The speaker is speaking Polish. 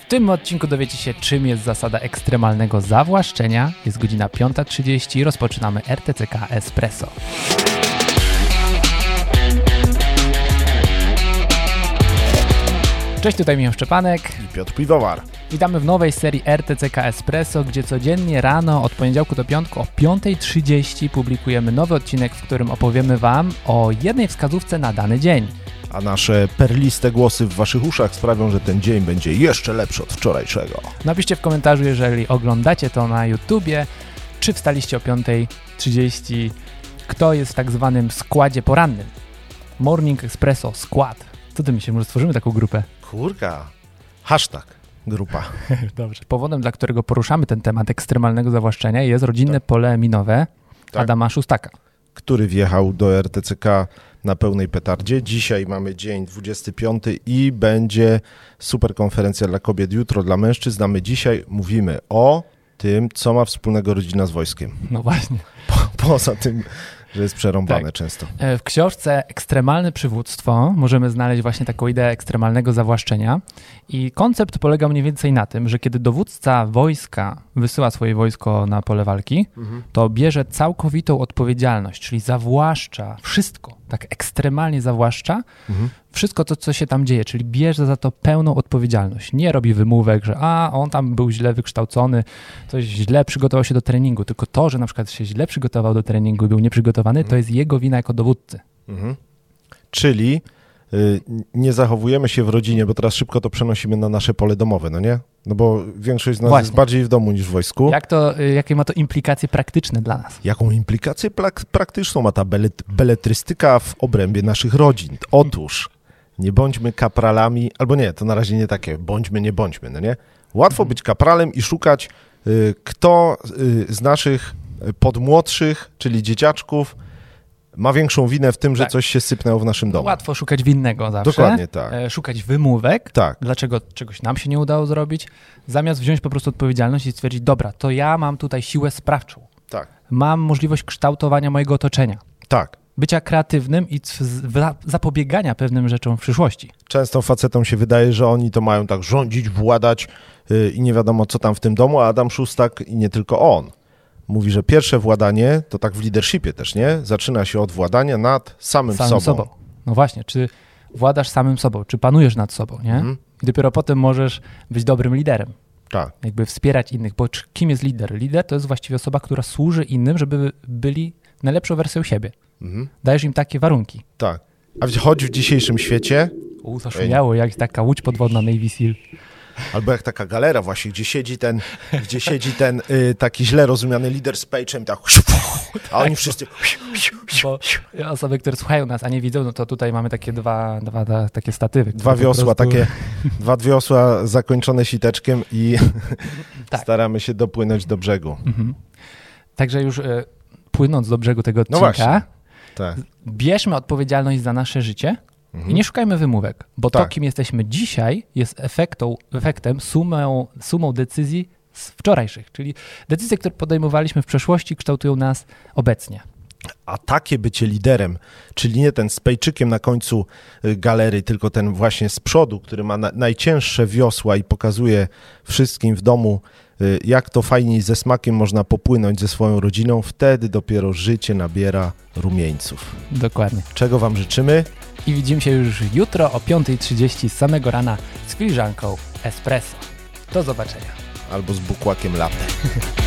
W tym odcinku dowiecie się, czym jest zasada ekstremalnego zawłaszczenia. Jest godzina 5:30 i rozpoczynamy RTCK Espresso. Cześć, tutaj Michał Szczepanek i Piotr Piwowar. Witamy w nowej serii RTCK Espresso, gdzie codziennie rano od poniedziałku do piątku o 5:30 publikujemy nowy odcinek, w którym opowiemy Wam o jednej wskazówce na dany dzień. A nasze perliste głosy w Waszych uszach sprawią, że ten dzień będzie jeszcze lepszy od wczorajszego. Napiszcie w komentarzu, jeżeli oglądacie to na YouTubie, czy wstaliście o 5:30, kto jest w tak zwanym składzie porannym. Morning Espresso Skład. Co ty myślisz, może stworzymy taką grupę? Kurka. Hashtag grupa. Dobrze. Powodem, dla którego poruszamy ten temat ekstremalnego zawłaszczenia jest rodzinne pole minowe Adama Szustaka, który wjechał do RTCK na pełnej petardzie. Dzisiaj mamy dzień 25 i będzie super konferencja dla kobiet, jutro dla mężczyzn. A my dzisiaj mówimy o tym, co ma wspólnego rodzina z wojskiem. No właśnie. Poza tym, że jest przerąbane często. W książce Ekstremalne przywództwo możemy znaleźć właśnie taką ideę ekstremalnego zawłaszczenia i koncept polega mniej więcej na tym, że kiedy dowódca wojska wysyła swoje wojsko na pole walki, to bierze całkowitą odpowiedzialność, czyli zawłaszcza wszystko, tak ekstremalnie zawłaszcza wszystko to, co się tam dzieje, czyli bierze za to pełną odpowiedzialność. Nie robi wymówek, że on tam był źle wykształcony, coś źle przygotował się do treningu, tylko to, że na przykład się źle przygotował do treningu i był nieprzygotowany, to jest jego wina jako dowódcy. Czyli nie zachowujemy się w rodzinie, bo teraz szybko to przenosimy na nasze pole domowe, no nie? No bo większość z nas jest bardziej w domu niż w wojsku. Jakie ma to implikacje praktyczne dla nas? Jaką implikację praktyczną ma ta beletrystyka w obrębie naszych rodzin? Otóż nie bądźmy kapralami, albo nie, to na razie nie takie, nie bądźmy, no nie? Łatwo być kapralem i szukać, kto z naszych podmłodszych, czyli dzieciaczków, ma większą winę w tym, że coś się sypnęło w naszym domu. Łatwo szukać winnego zawsze. Dokładnie tak. Szukać wymówek, tak. Dlaczego czegoś nam się nie udało zrobić, zamiast wziąć po prostu odpowiedzialność i stwierdzić, dobra, to ja mam tutaj siłę sprawczą. Tak. Mam możliwość kształtowania mojego otoczenia. Tak. Bycia kreatywnym i zapobiegania pewnym rzeczom w przyszłości. Często facetom się wydaje, że oni to mają tak rządzić, władać i nie wiadomo co tam w tym domu, a Adam Szustak i nie tylko on. Mówi, że pierwsze władanie, to tak w leadershipie też, nie? Zaczyna się od władania nad samym sobą. No właśnie, czy władasz samym sobą, czy panujesz nad sobą, nie? I dopiero potem możesz być dobrym liderem. Tak. Jakby wspierać innych, bo kim jest lider? Lider to jest właściwie osoba, która służy innym, żeby byli najlepszą wersją siebie. Dajesz im takie warunki. Tak. A choć w dzisiejszym świecie... Zaszumiało jak taka łódź podwodna Navy Seal. Albo jak taka galera właśnie, gdzie siedzi ten taki źle rozumiany lider z pejczem, tak, a oni wszyscy... Bo osoby, które słuchają nas, a nie widzą, no to tutaj mamy takie dwa takie statywy. Dwa wiosła, dwa wiosła zakończone siteczkiem i staramy się dopłynąć do brzegu. Także już płynąc do brzegu tego odcinka, bierzmy odpowiedzialność za nasze życie i nie szukajmy wymówek, bo to, kim jesteśmy dzisiaj, jest efektem, sumą decyzji z wczorajszych, czyli decyzje, które podejmowaliśmy w przeszłości, kształtują nas obecnie. A takie bycie liderem, czyli nie ten z pejczykiem na końcu galery, tylko ten właśnie z przodu, który ma najcięższe wiosła i pokazuje wszystkim w domu, jak to fajnie i ze smakiem można popłynąć ze swoją rodziną, wtedy dopiero życie nabiera rumieńców. Dokładnie. Czego Wam życzymy? I widzimy się już jutro o 5:30 z samego rana z filiżanką espresso. Do zobaczenia. Albo z bukłakiem latte.